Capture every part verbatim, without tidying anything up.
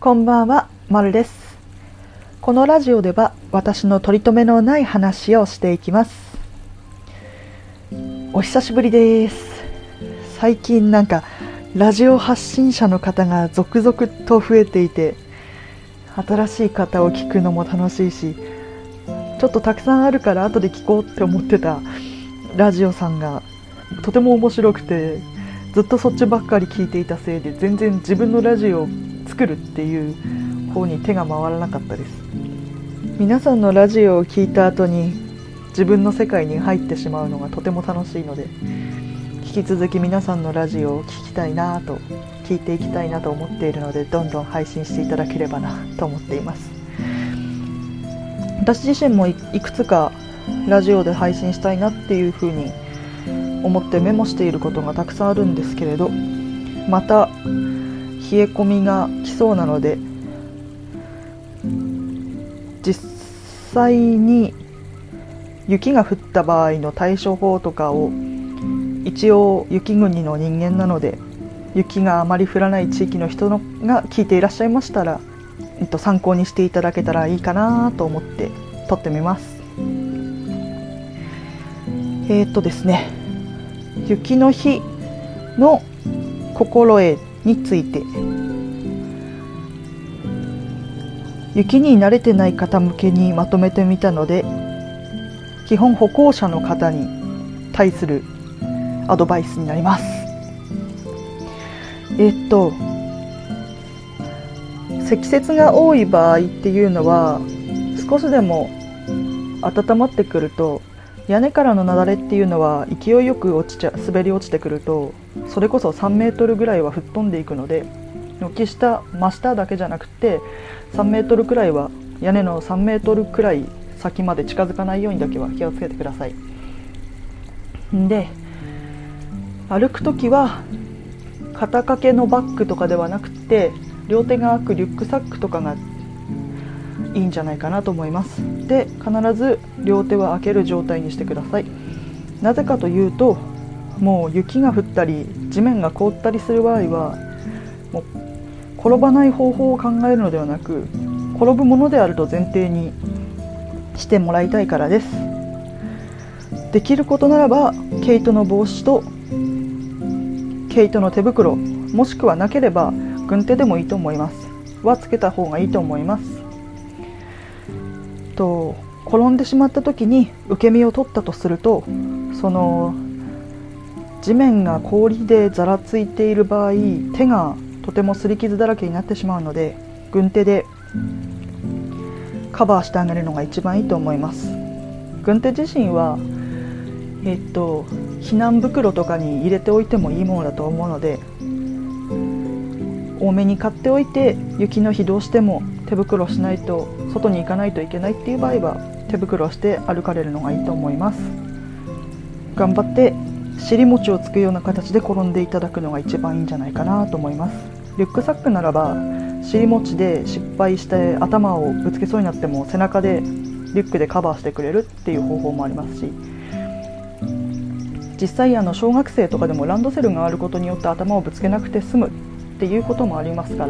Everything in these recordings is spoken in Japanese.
こんばんは、まるです。このラジオでは私の取り留めのない話をしていきます。お久しぶりです。最近なんかラジオ発信者の方が続々と増えていて、新しい方を聞くのも楽しいし、ちょっとたくさんあるから後で聞こうって思ってたラジオさんがとても面白くて、ずっとそっちばっかり聞いていたせいで全然自分のラジオを作るっていう方に手が回らなかったです。皆さんのラジオを聞いた後に自分の世界に入ってしまうのがとても楽しいので、引き続き皆さんのラジオを聞きたいなと聞いていきたいなと思っているので、どんどん配信していただければなと思っています。私自身もいくつかラジオで配信したいなっていうふうに思ってメモしていることがたくさんあるんですけれど、また冷え込みが来そうなので、実際に雪が降った場合の対処法とかを、一応雪国の人間なので雪があまり降らない地域の人のが聞いていらっしゃいましたら、えっと、参考にしていただけたらいいかなと思って撮ってみます。えー、っとですね雪の日の心得について、雪に慣れてない方向けにまとめてみたので、基本歩行者の方に対するアドバイスになります。えー、っと積雪が多い場合っていうのは、少しでも温まってくると屋根からの雪崩っていうのは勢いよく落ちちゃ滑り落ちてくると、それこそさんメートルぐらいは吹っ飛んでいくので、軒下真下だけじゃなくてさんメートルくらいは、屋根のさんメートルくらい先まで近づかないようにだけは気をつけてください。で、歩くときは肩掛けのバッグとかではなくて、両手が開くリュックサックとかがいいんじゃないかなと思います。で、必ず両手は開ける状態にしてください。なぜかというと、もう雪が降ったり地面が凍ったりする場合は、もう転ばない方法を考えるのではなく、転ぶものであると前提にしてもらいたいからです。できることならば毛糸の帽子と毛糸の手袋、もしくはなければ軍手でもいいと思いますはつけた方がいいと思います。と転んでしまった時に受け身を取ったとすると、その地面が氷でざらついている場合、手がとても擦り傷だらけになってしまうので、軍手でカバーしてあげるのが一番いいと思います。軍手自身はえっと避難袋とかに入れておいてもいいものだと思うので、多めに買っておいて、雪の日どうしても手袋しないと外に行かないといけないっていう場合は手袋して歩かれるのがいいと思います。頑張って尻餅をつくような形で転んでいただくのが一番いいんじゃないかなと思います。リュックサックならば尻餅で失敗して頭をぶつけそうになっても背中でリュックでカバーしてくれるっていう方法もありますし、実際あの小学生とかでもランドセルがあることによって頭をぶつけなくて済むっていうこともありますから、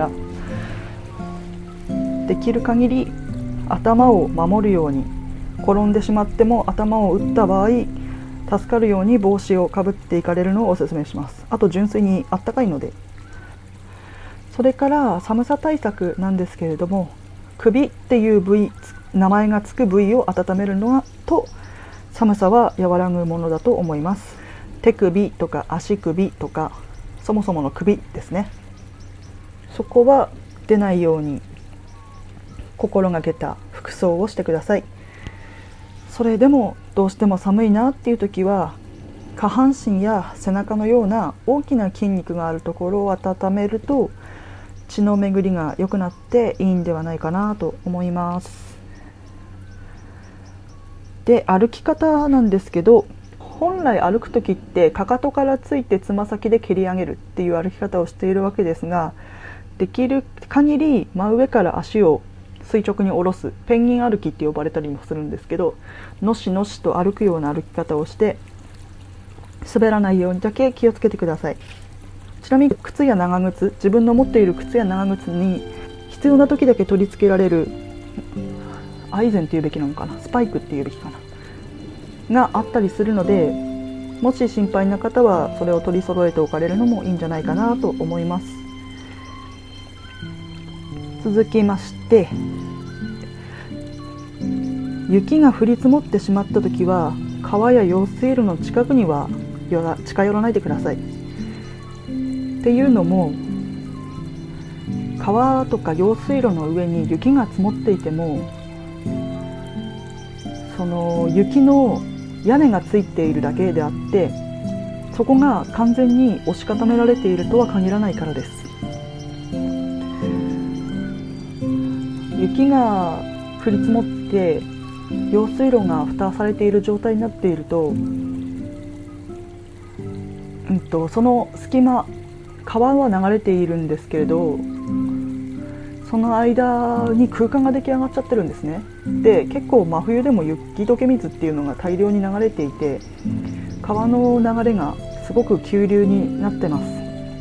できる限り頭を守るように、転んでしまっても頭を打った場合助かるように帽子をかぶっていかれるのをお勧めします。あと純粋にあったかいので。それから寒さ対策なんですけれども、首っていう部位、名前がつく部位を温めるのはと寒さは和らぐものだと思います。手首とか足首とか、そもそもの首ですね。そこは出ないように心がけた服装をしてください。それでもどうしても寒いなっていう時は、下半身や背中のような大きな筋肉があるところを温めると血の巡りが良くなっていいんではないかなと思います。で、歩き方なんですけど、本来歩く時ってかかとからついてつま先で蹴り上げるっていう歩き方をしているわけですが、できる限り真上から足を垂直に下ろす、ペンギン歩きって呼ばれたりもするんですけど、のしのしと歩くような歩き方をして滑らないようにだけ気をつけてください。ちなみに靴や長靴、自分の持っている靴や長靴に必要な時だけ取り付けられるアイゼンっていうべきなのかな、スパイクっていうべきかながあったりするので、もし心配な方はそれを取り揃えておかれるのもいいんじゃないかなと思います。続きまして、雪が降り積もってしまった時は川や用水路の近くには近寄らないでください。っていうのも、川とか用水路の上に雪が積もっていても、その雪の屋根がついているだけであって、そこが完全に押し固められているとは限らないからです。雪が降り積もって用水路が蓋されている状態になっていると、うんとその隙間、川は流れているんですけれど、その間に空間が出来上がっちゃってるんですね。で、結構真冬でも雪解け水っていうのが大量に流れていて、川の流れがすごく急流になってます。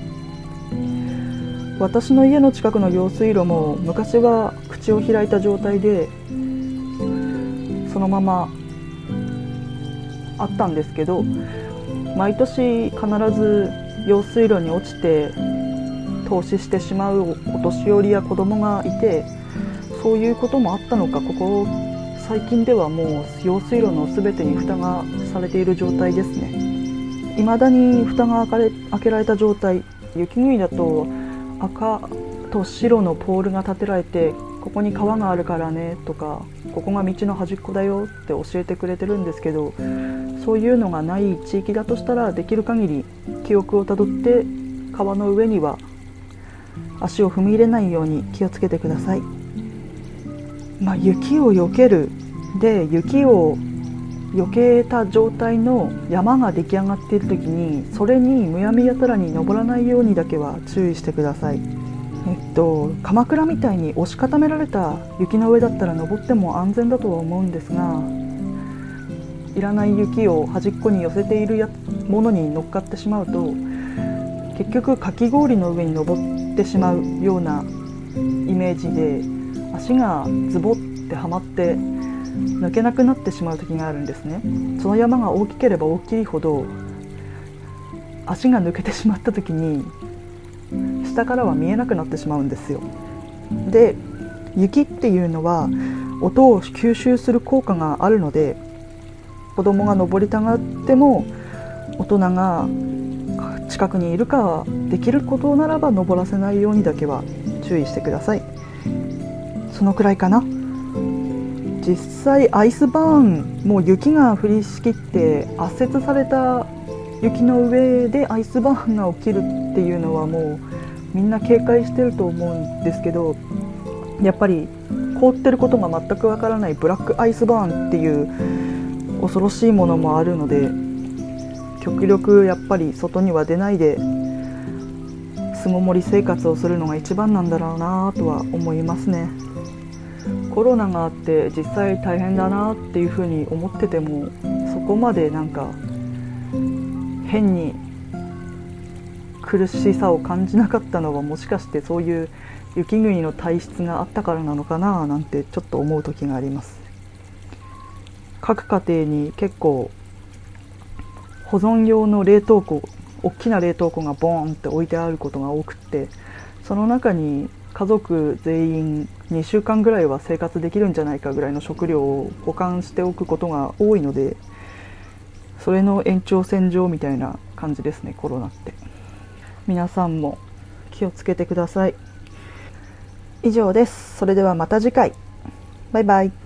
私の家の近くの用水路も昔は口を開いた状態でそのままあったんですけど、毎年必ず用水路に落ちて凍死してしまうお年寄りや子供がいて、そういうこともあったのか、ここ最近ではもう用水路のすべてに蓋がされている状態ですね。未だに蓋が開かれ開けられた状態。雪国だと赤と白のポールが立てられて、ここに川があるからねとか、ここが道の端っこだよって教えてくれてるんですけど、そういうのがない地域だとしたら、できる限り記憶をたどって川の上には足を踏み入れないように気をつけてください。まあ、雪を避けるで、雪を避けた状態の山が出来上がっている時に、それにむやみやたらに登らないようにだけは注意してください。えっと、鎌倉みたいに押し固められた雪の上だったら登っても安全だとは思うんですが、いらない雪を端っこに寄せているやものに乗っかってしまうと、結局かき氷の上に登ってしまうようなイメージで、足がズボってはまって抜けなくなってしまう時があるんですね。その山が大きければ大きいほど、足が抜けてしまった時に下からは見えなくなってしまうんですよ。で、雪っていうのは音を吸収する効果があるので、子供が登りたがっても大人が近くにいるか、できることならば登らせないようにだけは注意してください。そのくらいかな。実際アイスバーン、もう雪が降りしきって圧雪された雪の上でアイスバーンが起きるっていうのはもうみんな警戒してると思うんですけど、やっぱり凍ってることが全くわからないブラックアイスバーンっていう恐ろしいものもあるので、極力やっぱり外には出ないで巣ごもり生活をするのが一番なんだろうなとは思いますね。コロナがあって実際大変だなっていうふうに思ってても、そこまでなんか変に苦しさを感じなかったのは、もしかしてそういう雪国の体質があったからなのかななんてちょっと思う時があります。各家庭に結構保存用の冷凍庫、大きな冷凍庫がボーンって置いてあることが多くって、その中に家族全員にしゅうかんぐらいは生活できるんじゃないかぐらいの食料を保管しておくことが多いので、それの延長線上みたいな感じですね、コロナって。皆さんも気をつけてください。以上です。それではまた次回。バイバイ。